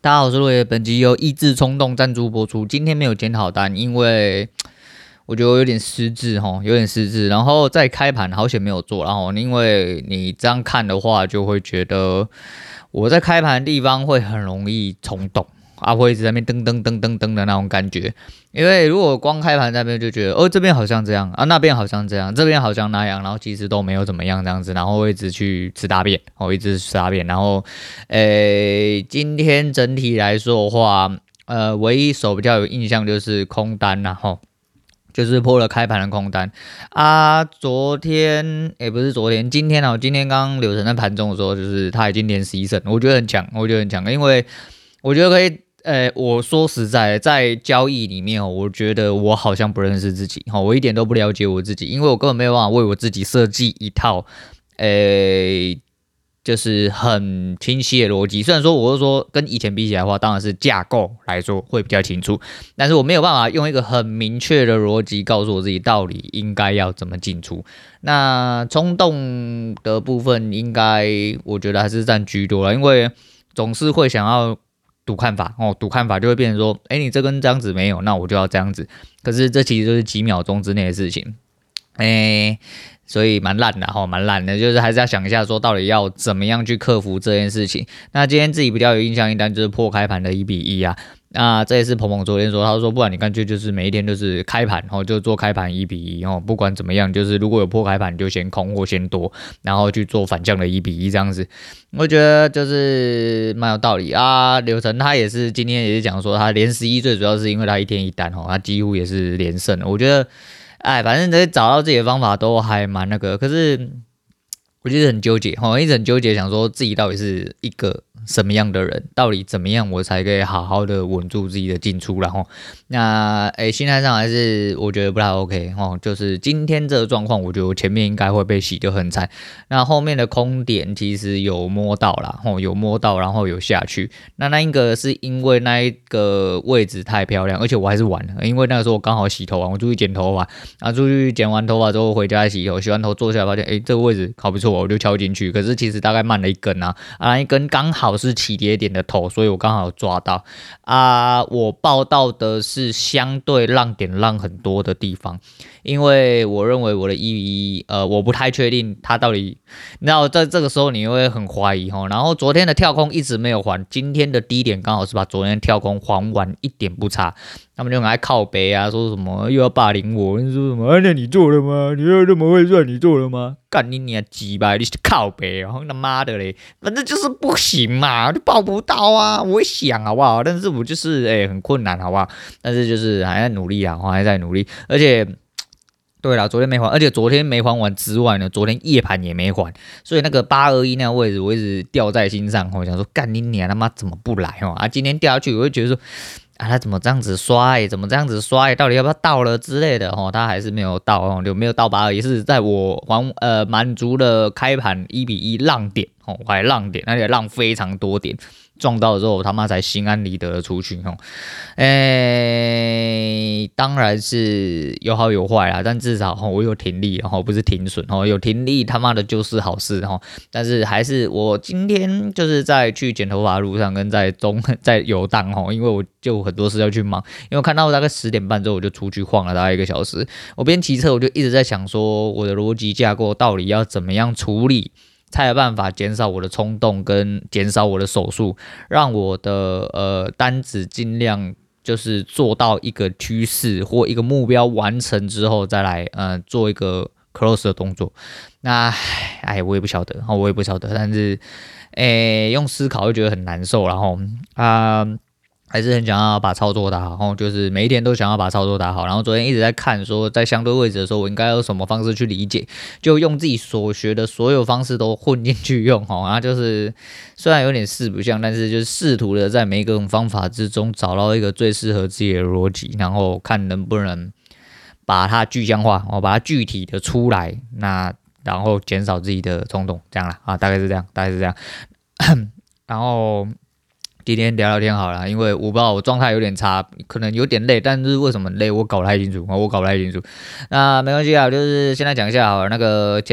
大家好，我是陆野，本集由意志冲动赞助播出。今天没有检讨单，因为我觉得我有点失智齁，有点失智。然后在开盘好险没有做，然后因为你这样看的话，就会觉得我在开盘的地方会很容易冲动啊，会一直在那边噔噔噔噔噔的那种感觉。因为如果光开盘那边就觉得，哦这边好像这样啊，那边好像这样，这边好像那样，然后其实都没有怎么样这样子，然后会一直去吃大便，一直吃大便，然后，今天整体来说的话，唯一手比较有印象就是空单然后。就是破了开盘的空单啊！昨天不是昨天，今天啊，今天刚刚柳成在盘中的时候，就是他已经连11胜，我觉得很强，因为我觉得可以。我说实在，在交易里面我觉得我好像不认识自己，我一点都不了解我自己，因为我根本没有办法为我自己设计一套，就是很清晰的逻辑。虽然说我是说跟以前比起来的话，当然是架构来说会比较清楚，但是我没有办法用一个很明确的逻辑告诉我自己到底应该要怎么进出。那冲动的部分，应该我觉得还是占居多了，因为总是会想要赌看法赌看法就会变成说，你这跟这样子没有，那我就要这样子。可是这其实就是几秒钟之内的事情，所以蛮烂的蛮烂的，就是还是要想一下说到底要怎么样去克服这件事情。那今天自己比较有印象一单就是破开盘的1-1啊，那这也是鹏鹏昨天说，他说不然你干脆就是每一天就是开盘就做开盘1-1不管怎么样，就是如果有破开盘你就先空或先多，然后去做反向的1-1这样子。我觉得就是蛮有道理啊。柳成他也是今天也是讲说他连11最主要是因为他一天一单他几乎也是连胜了。我觉得反正找到自己的方法都还蛮那个，可是我就是很纠结一直很纠结，想说自己到底是一个什么样的人，到底怎么样我才可以好好的稳住自己的进出，然后那心态上还是我觉得不太 OK 就是今天这个状况，我觉得我前面应该会被洗得很惨，那后面的空点其实有摸到啦有摸到，然后有下去，那一个是因为那一个位置太漂亮，而且我还是晚了，因为那个时候我刚好洗头完，我出去剪头发出去剪完头发之后回家洗头，洗完头坐下来发现这个位置好不错，我就敲进去，可是其实大概慢了一根一根刚好是起跌点的头，所以我刚好有抓到我报到的是相对浪点浪很多的地方，因为我认为我的1-1我不太确定它到底，你知道在这个时候你会很怀疑然后昨天的跳空一直没有还，今天的低点刚好是把昨天跳空还完，一点不差。他们就很爱靠北说什么又要霸凌我，说什么那你做了吗？你又那么会算，你做了吗？干你娘鸡巴，你是靠北他妈的嘞，反正就是不行嘛，就报不到我会想好不好？但是我就是很困难好不好？但是就是还在努力还在努力，而且。对啦，昨天没还，而且昨天没还完之外呢，昨天夜盘也没还，所以那个821那个位置我一直吊在心上，我想说干你娘他妈怎么不来今天掉下去我会觉得说他怎么这样子摔，怎么这样子摔，到底要不要到了之类的他还是没有到就没有到821，是在我满足了开盘1-1浪点我还浪点，而且浪非常多点。撞到的时候，我他妈才心安理得的出去当然是有好有坏啦，但至少我有停利不是停损有停利他妈的就是好事但是还是我今天就是在去剪头发的路上跟在游荡因为我就很多事要去忙，因为我看到大概10点半之后我就出去晃了大概1个小时，我边骑车我就一直在想说我的逻辑架构到底要怎么样处理。才有办法减少我的冲动跟减少我的手速，让我的单子尽量就是做到一个趋势或一个目标完成之后再来做一个 close 的动作。那我也不晓得但是用思考就觉得很难受，然后还是很想要把操作打好，就是每一天都想要把操作打好。然后昨天一直在看说，在相对位置的时候，我应该用什么方式去理解，就用自己所学的所有方式都混进去用然后就是虽然有点四不像，但是就是试图的在每一种方法之中找到一个最适合自己的逻辑，然后看能不能把它具象化，把它具体的出来，那然后减少自己的冲动，这样啦大概是这样。然后。今天聊聊天好了，因为我不知道我状态有点差，可能有点累，但是为什么累我搞不太清楚，那没关系就是现在讲一下好了，那个前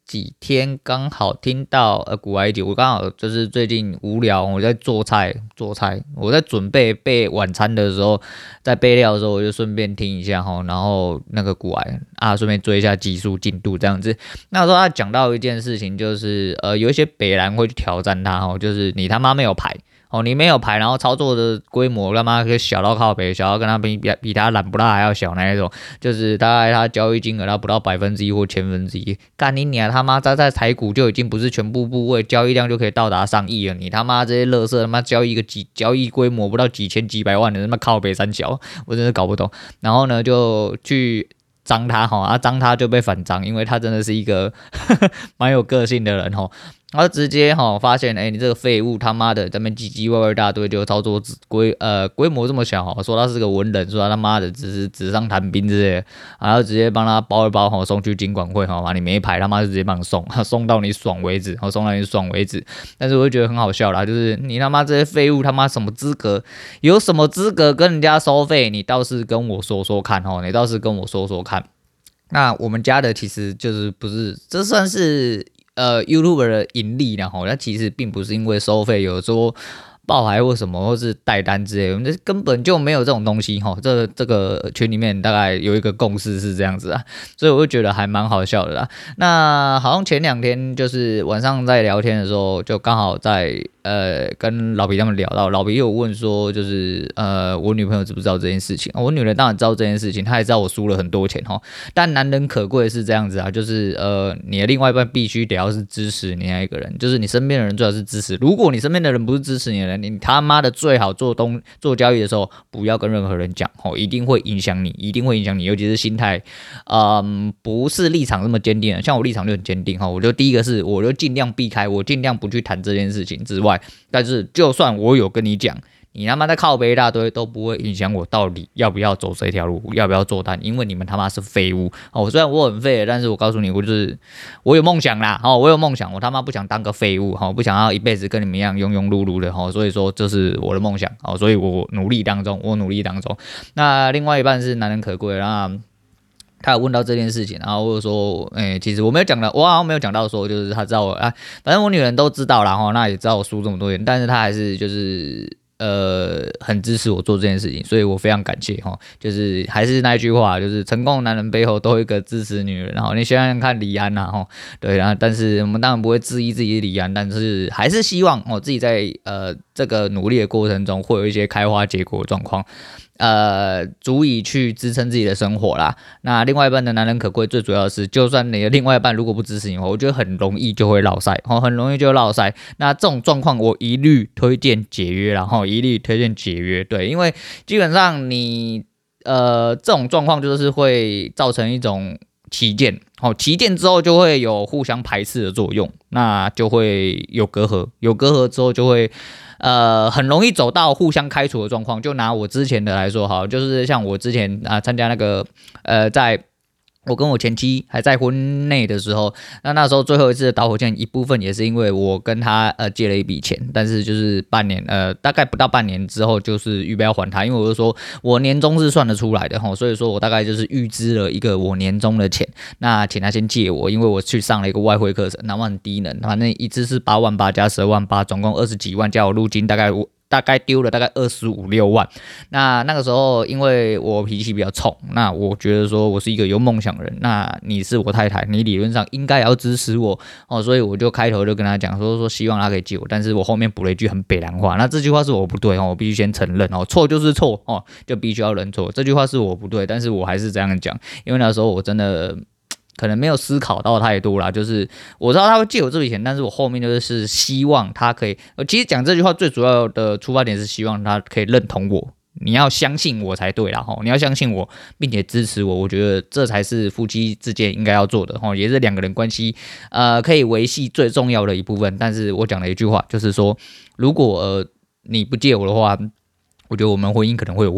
几天刚好听到古埃及，我刚好就是最近无聊，我在做菜，我在准备晚餐的时候，在备料的时候，我就顺便听一下哈，然后那个古埃啊，顺便追一下技术进度这样子。那时候他讲到一件事情，就是有一些北兰会去挑战他哈，就是你他妈没有牌。你没有牌，然后操作的规模他妈可以小到靠北，小到跟他比他懒不拉还要小那一种，就是大概他交易金额他不到1%或1/1000，干你娘他妈在台股就已经不是全部部位交易量就可以到达上亿了，你他妈这些垃圾他妈交易规模不到几千几百万的他妈靠北三小，我真的搞不懂。然后呢就去脏他脏他就被反脏，因为他真的是一个蛮有个性的人然后直接发现，你这个废物他妈的在那边唧唧歪歪一大堆，就操作规模这么小说他是个文人，说他妈的只是纸上谈兵之类的，然后直接帮他包一包送去金管会你没牌他妈就直接帮你送到你爽为止，送到你爽为止。但是我就觉得很好笑啦，就是你他妈这些废物他妈什么资格，有什么资格跟人家收费？你倒是跟我说说看看。那我们家的其实就是不是，这算是YouTuber 的盈利啦那其实并不是因为收费有说爆牌或什么或是代单之类的，我们根本就没有这种东西这个群里面大概有一个共识是这样子啊，所以我就觉得还蛮好笑的啦。那好像前2天就是晚上在聊天的时候，就刚好在跟老皮他们聊到，老皮有问说就是我女朋友知不知道这件事情，我女人当然知道这件事情，她也知道我输了很多钱但难能可贵的是这样子啊，就是你的另外一半必须得要是支持你那一个人，就是你身边的人最好是支持，如果你身边的人不是支持你的人，你他妈的最好做交易的时候不要跟任何人讲一定会影响你，尤其是心态不是立场这么坚定的，像我立场就很坚定我就第一个是我就尽量避开，我尽量不去谈这件事情之外，但是就算我有跟你讲，你他妈在靠北一大堆都不会影响我到底要不要走这条路，要不要做单，因为你们他妈是废物虽然我很废，但是我告诉你，我有梦想啦我有梦想，我他妈不想当个废物不想要一辈子跟你们一样庸庸碌碌的所以说这是我的梦想所以我努力当中。那另外一半是难能可贵，那他有问到这件事情，然后或者说，其实我没有讲到，我好像没有讲到说，就是他知道我反正我女人都知道啦那也知道我输这么多钱，但是他还是就是很支持我做这件事情，所以我非常感谢就是还是那一句话，就是成功的男人背后都有一个支持女人你想想看李安对但是我们当然不会质疑自己的李安，但是还是希望自己在这个努力的过程中会有一些开花结果的状况。足以去支撑自己的生活啦。那另外一半的难能可贵，最主要的是，就算你的另外一半如果不支持你，我觉得很容易就会落赛，很容易就落赛。那这种状况，我一律推荐解约啦，一律推荐解约。对，因为基本上你这种状况就是会造成一种旗舰，旗舰之后就会有互相排斥的作用，那就会有隔阂之后就会。很容易走到互相开除的状况。就拿我之前的来说好，就是像我之前参加那个在我跟我前妻还在婚内的时候，那时候最后一次的导火线一部分也是因为我跟他借了一笔钱，但是就是大概不到半年之后就是预备要还他，因为我就说我年终是算得出来的所以说我大概就是预支了一个我年终的钱，那请他先借我，因为我去上了一个外汇课程，那么很低能，反正一次是8万8加12万8，总共20几万，加我入金大概丢了大概25、6万。那个时候因为我脾气比较冲，那我觉得说我是一个有梦想的人，那你是我太太，你理论上应该也要支持我所以我就开头就跟他讲说希望他可以借我，但是我后面补了一句很北兰话，那这句话是我不对我必须先承认错就是错就必须要认错，这句话是我不对，但是我还是这样讲，因为那时候我真的可能没有思考到太多啦，就是我知道他会借我这笔钱，但是我后面就是希望他可以，其实讲这句话最主要的出发点是希望他可以认同我，你要相信我才对啦你要相信我并且支持我，我觉得这才是夫妻之间应该要做的也是两个人关系可以维系最重要的一部分。但是我讲了一句话，就是说如果你不借我的话，我觉得我们婚姻可能会有问题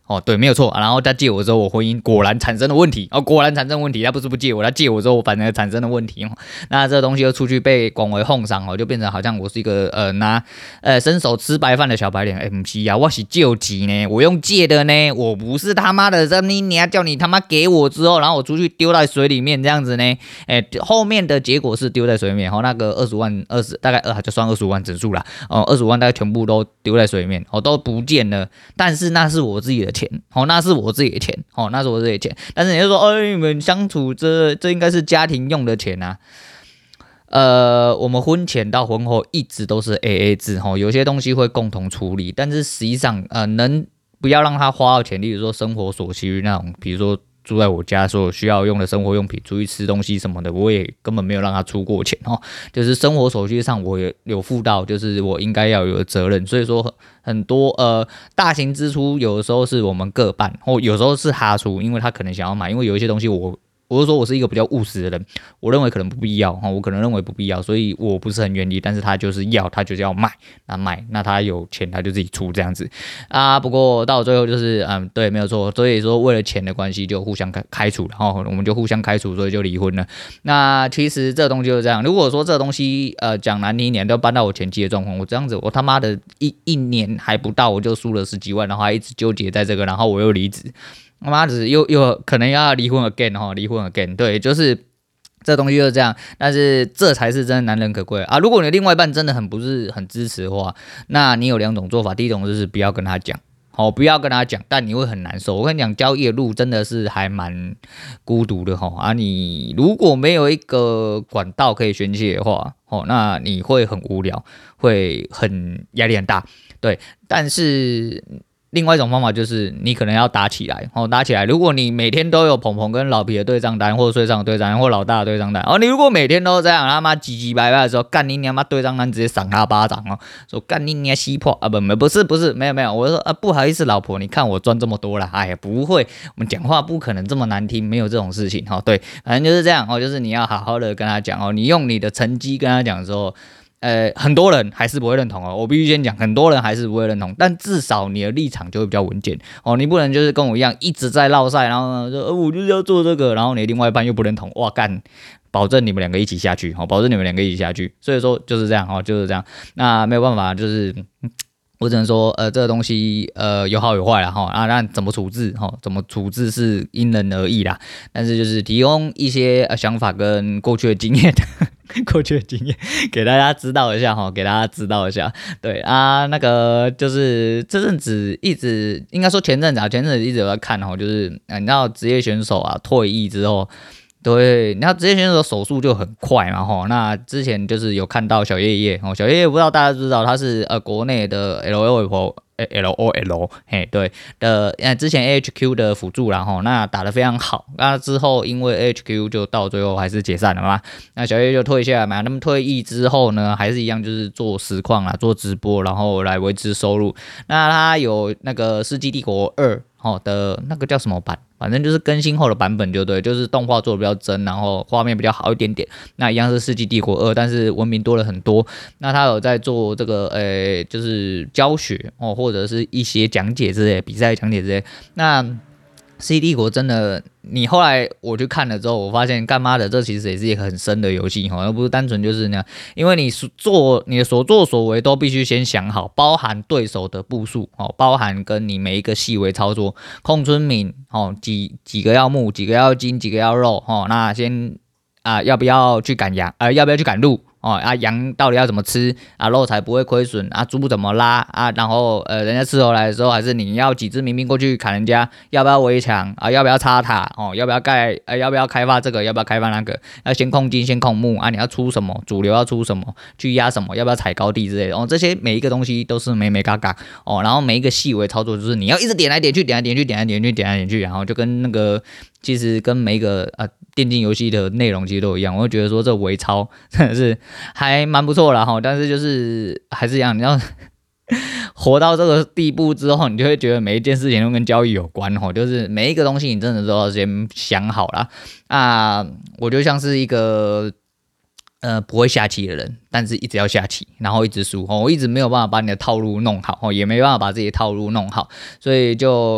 对，没有错。然后他借我之后，我婚姻果然产生了问题，果然产生问题。他不是不借我，他借我之后，我反而产生了问题。那这个东西又出去被广为哄赏，就变成好像我是一个拿伸手吃白饭的小白脸。不是啊，我是救急呢，我用借的呢，我不是他妈的你要叫你他妈给我之后，然后我出去丢在水里面这样子呢。后面的结果是丢在水里面，那个20万大概就算25万整数啦，25万大概全部都丢在水里面，都不见了。但是那是我自己的钱，那是我自己的钱，那是我自己的钱。但是你就说，你们相处这应该是家庭用的钱啊。我们婚前到婚后一直都是 AA 制，有些东西会共同处理，但是实际上能不要让他花到钱，例如说生活所需那种，比如说住在我家所有需要用的生活用品，出去吃东西什么的，我也根本没有让他出过钱就是生活手续上我也有负到，就是我应该要有的责任。所以说很多大型支出有的时候是我们各半，或有时候是他出，因为他可能想要买，因为有一些东西我是说我是一个比较务实的人，我认为可能不必要我可能认为不必要，所以我不是很愿意，但是他就是要，他就是要卖，那他有钱他就自己出这样子啊。不过到最后就是对，没有错，所以说为了钱的关系就互相开除，然后我们就互相开除，所以就离婚了。那其实这东西就是这样，如果说这东西讲难听一点，都搬到我前妻的状况，我这样子我他妈的一年还不到我就输了10几万，然后还一直纠结在这个，然后我又离职。妈的，又可能要离婚 again 离婚 again， 对，就是这东西就是这样，但是这才是真的难能可贵啊！如果你的另外一半真的不是很支持的话，那你有2种做法，第一种就是不要跟他讲，不要跟他讲，但你会很难受。我跟你讲，交易的路真的是还蛮孤独的你如果没有一个管道可以宣泄的话，那你会很无聊，会很压力很大，对，但是。另外一种方法就是你可能要打起来，打起来。如果你每天都有鹏鹏跟老皮的对账单，或者税上的对账单，或老大的对账单，你如果每天都这样，他妈唧唧歪歪的时候，干你娘妈对账单直接赏他巴掌说干你娘西破不是，没有，我说不好意思，老婆，你看我赚这么多了，哎呀，不会，我们讲话不可能这么难听，没有这种事情对，反正就是这样就是你要好好的跟他讲你用你的成绩跟他讲的时候。很多人还是不会认同我必须先讲，很多人还是不会认同，但至少你的立场就会比较稳健你不能就是跟我一样一直在烙赛，然后说我就是要做这个，然后你的另外一半又不认同，哇干，保证你们2个一起下去保证你们2个一起下去，所以说就是这样就是这样，那没有办法，就是我只能说这个东西有好有坏啦那怎么处置怎么处置是因人而异啦，但是就是提供一些想法跟过去的经验给大家知道一下给大家知道一下。对啊，那个就是这阵子一直应该说前阵子一直有在看就是你知道职业选手退役之后。对，你看职业选手手速就很快嘛那之前就是有看到小叶叶小叶叶不知道大家知道他是国内的 LOL 对的之前 AHQ 的辅助啦那打得非常好，那之后因为 AHQ 就到最后还是解散了嘛，那小叶就退下来嘛，那么退役之后呢还是一样就是做实况啦，做直播，然后来维持收入。那他有那个世纪帝国2的那个叫什么版，反正就是更新后的版本就对，就是动画做的比较真，然后画面比较好一点点，那一样是世纪帝国2，但是文明多了很多。那他有在做这个就是教学或者是一些讲解之类，比赛讲解之类。那世纪帝国真的，你后来我去看了之后，我发现干妈的这其实也是一个很深的游戏而不是单纯就是那样，因为你的所作所为都必须先想好，包含对手的步数包含跟你每一个细微操作，控村民几个要木，几个要金，几个要肉那先要不要去赶羊要不要去赶路羊到底要怎么吃肉才不会亏损猪怎么拉然后人家吃回来的时候，还是你要几只民兵过去砍人家，要不要围墙要不要插塔要不要盖要不要开发这个，要不要开发那个，要先控金先控木你要出什么，主流要出什么，去压什么，要不要踩高地之类的这些每一个东西都是美嘎嘎然后每一个细微操作就是你要一直点来点去，然后就跟那个其实跟每一个电竞游戏的内容其实都一样，我会觉得说这微操真的是还蛮不错啦但是就是还是一样，你要活到这个地步之后，你就会觉得每一件事情都跟交易有关就是每一个东西你真的都要先想好啦我就像是一个不会下棋的人，但是一直要下棋，然后一直输我一直没有办法把你的套路弄好也没办法把自己的套路弄好，所以就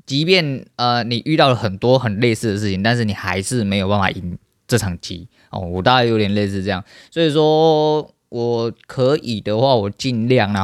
即便你遇到了很多很类似的事情，但是你还是没有办法赢这场棋哦。我大概有点类似这样，所以说我可以的话，我尽量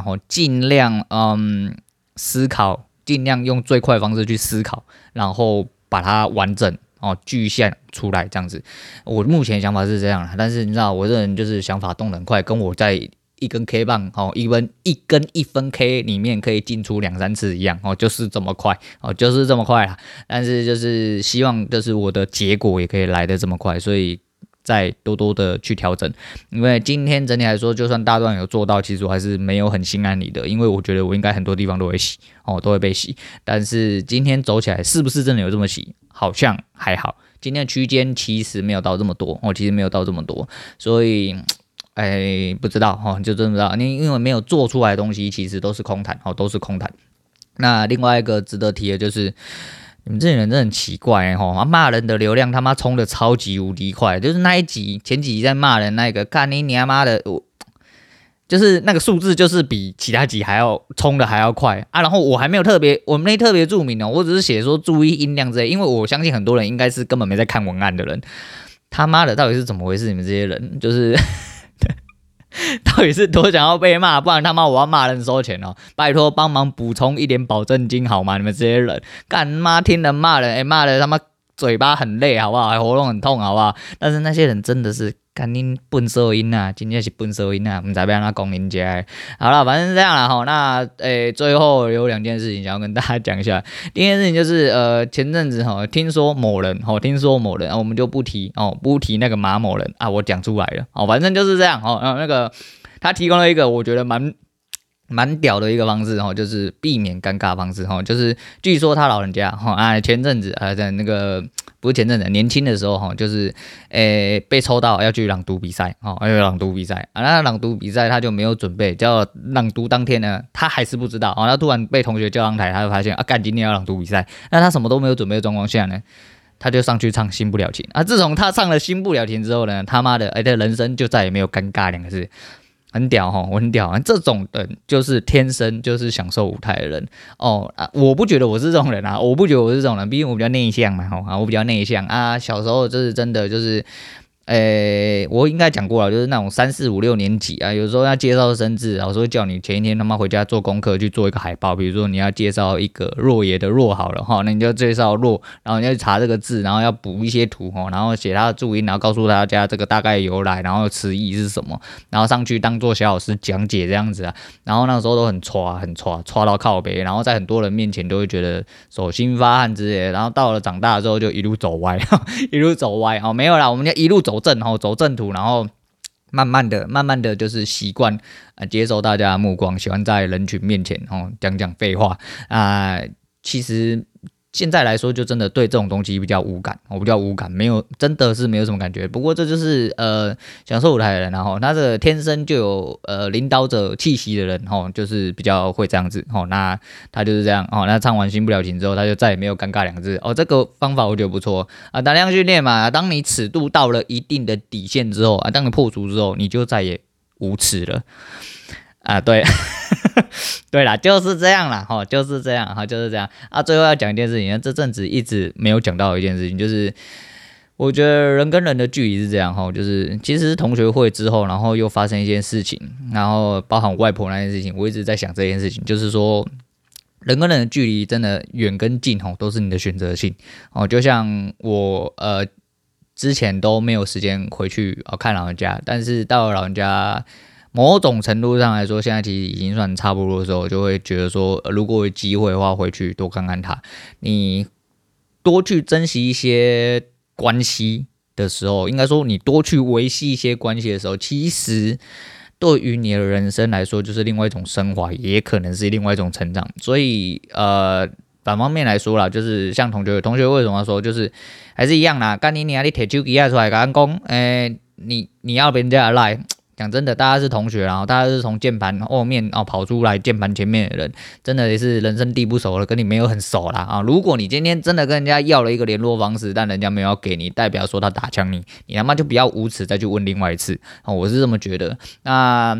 思考，尽量用最快的方式去思考，然后把它完整具象出来这样子。我目前的想法是这样啦，但是你知道我这人就是想法动得很快，跟我在一根 K 棒一分 K 里面可以进出2-3次一样就是这么快就是这么快啦。但是就是希望就是我的结果也可以来得这么快，所以再多多的去调整。因为今天整体来说，就算大段有做到，其实我还是没有很心安理得，因为我觉得我应该很多地方都会洗都会被洗。但是今天走起来是不是真的有这么洗？好像还好。今天的区间其实没有到这么多所以不知道就真的不知道。因为没有做出来的东西，其实都是空谈都是空谈。那另外一个值得提的就是，你们这些人真的很奇怪骂人的流量他妈冲的超级无敌快，就是那一集前几集在骂人那个，干你娘妈的，就是那个数字就是比其他集还要冲的还要快啊。然后我没特别注明我只是写说注意音量之类，因为我相信很多人应该是根本没在看文案的人。他妈的，到底是怎么回事？你们这些人就是到底是多想要被骂，不然他妈我要骂人收钱拜托帮忙补充一点保证金好吗？你们这些人干妈听人骂人，骂的他妈嘴巴很累好不好？喉咙很痛好不好？但是那些人真的是干恁笨收音啊，今天是笨收音啊，不知道要怎么讲人家。好了，反正是这样啦那最后有2件事情想要跟大家讲一下。第一件事情就是前阵子听说某人我们就不提那个马某人啊，我讲出来了反正就是这样那个他提供了一个我觉得蛮屌的一个方式就是避免尴尬的方式就是据说他老人家前阵子在那个不是前阵子年轻的时候就是被抽到要去朗读比赛那朗读比赛他就没有准备，叫朗读当天呢他还是不知道他突然被同学叫上台，他就发现干今天要朗读比赛，那他什么都没有准备的状况下呢，他就上去唱《新不了情》自从他唱了《新不了情》之后呢，他妈的他人生就再也没有尴尬2个字。很屌我很屌这种人就是天生就是享受舞台的人我不觉得我是这种人毕竟我比较内向嘛我比较内向小时候就是真的就是我应该讲过了，就是那种3、4、5、6年级有时候要介绍生字，老师会叫你前一天他妈回家做功课去做一个海报，比如说你要介绍一个若爷的若好了那你就介绍若，然后你要去查这个字，然后要补一些图然后写它的注音，然后告诉大家这个大概由来，然后词义是什么，然后上去当做小老师讲解这样子然后那时候都很刷到靠北，然后在很多人面前都会觉得手心发汗之类的，然后到了长大之后就一路走歪没有啦，我们就一路走正途，然后慢慢的就是习惯接受大家的目光，喜欢在人群面前讲废话其实现在来说就真的对这种东西比较无感，真的是没有什么感觉。不过这就是享受舞台的人他这个天生就有领导者气息的人就是比较会这样子那他就是这样那唱完《新不了情》之后，他就再也没有尴尬2个字这个方法我觉得不错胆量训练嘛，当你尺度到了一定的底线之后当你破除之后，你就再也无耻了对对啦，就是这样啦就是这样最后要讲一件事情，这阵子一直没有讲到一件事情，就是我觉得人跟人的距离是这样就是其实同学会之后，然后又发生一件事情，然后包含外婆那件事情，我一直在想这件事情，就是说人跟人的距离真的远跟近都是你的选择性就像我之前都没有时间回去看老人家，但是到了老人家某种程度上来说，现在其实已经算差不多的时候，就会觉得说如果有机会的话回去多看看他，你多去珍惜一些关系的时候，应该说你多去维系一些关系的时候，其实对于你的人生来说就是另外一种升华，也可能是另外一种成长。所以反方面来说啦，就是像同学为什么说就是还是一样啦，干你娘你摕手机出来跟讲你要别人家来讲真的，大家是同学，然后大家是从键盘后面跑出来键盘前面的人，真的也是人生地不熟了，跟你没有很熟啦如果你今天真的跟人家要了一个联络方式，但人家没有要给你，代表说他打枪你他妈就不要无耻再去问另外一次我是这么觉得。那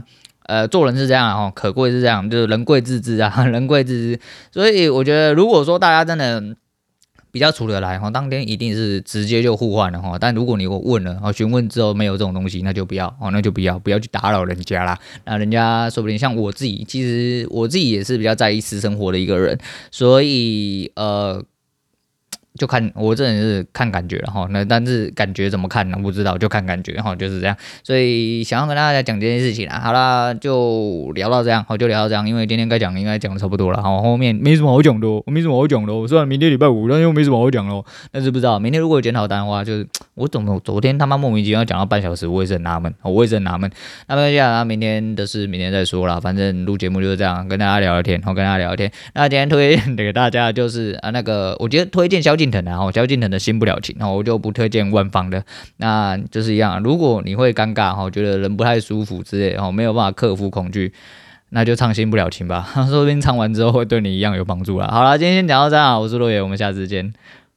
做人是这样哦，可贵是这样，就是人贵自知啊，人贵自知。所以我觉得，如果说大家真的比较处得来哈，当天一定是直接就互换了哈。但如果你问了，询问之后没有这种东西，那就不要哦，那就不要去打扰人家啦。那人家说不定像我自己，其实我自己也是比较在意私生活的一个人，所以就看我这人是看感觉了哈，那但是感觉怎么看呢？不知道，就看感觉哈，就是这样。所以想要跟大家讲这件事情啦，好啦，就聊到这样，就聊到这样，因为今天该讲应该讲的差不多了，好，后面没什么好讲的哦，没什么好讲的哦。虽然明天礼拜五，但又没什么好讲喽。但是不知道明天如果有检讨单的话，就是我昨天他妈莫名其妙讲到半小时，我也是很纳闷，我也是很纳闷。那没关系啊，明天的事明天再说啦，反正录节目就是这样，跟大家聊聊天，跟大家聊聊天。那今天推荐给大家就是那个，我觉得推荐萧敬腾啊，萧敬腾的新不了情，我就不推荐万芳的。那就是一样，如果你会尴尬觉得人不太舒服之类没有办法克服恐惧，那就唱新不了情吧，说不定唱完之后会对你一样有帮助啦。好啦，今天先讲到这样，我是洛野，我们下次见。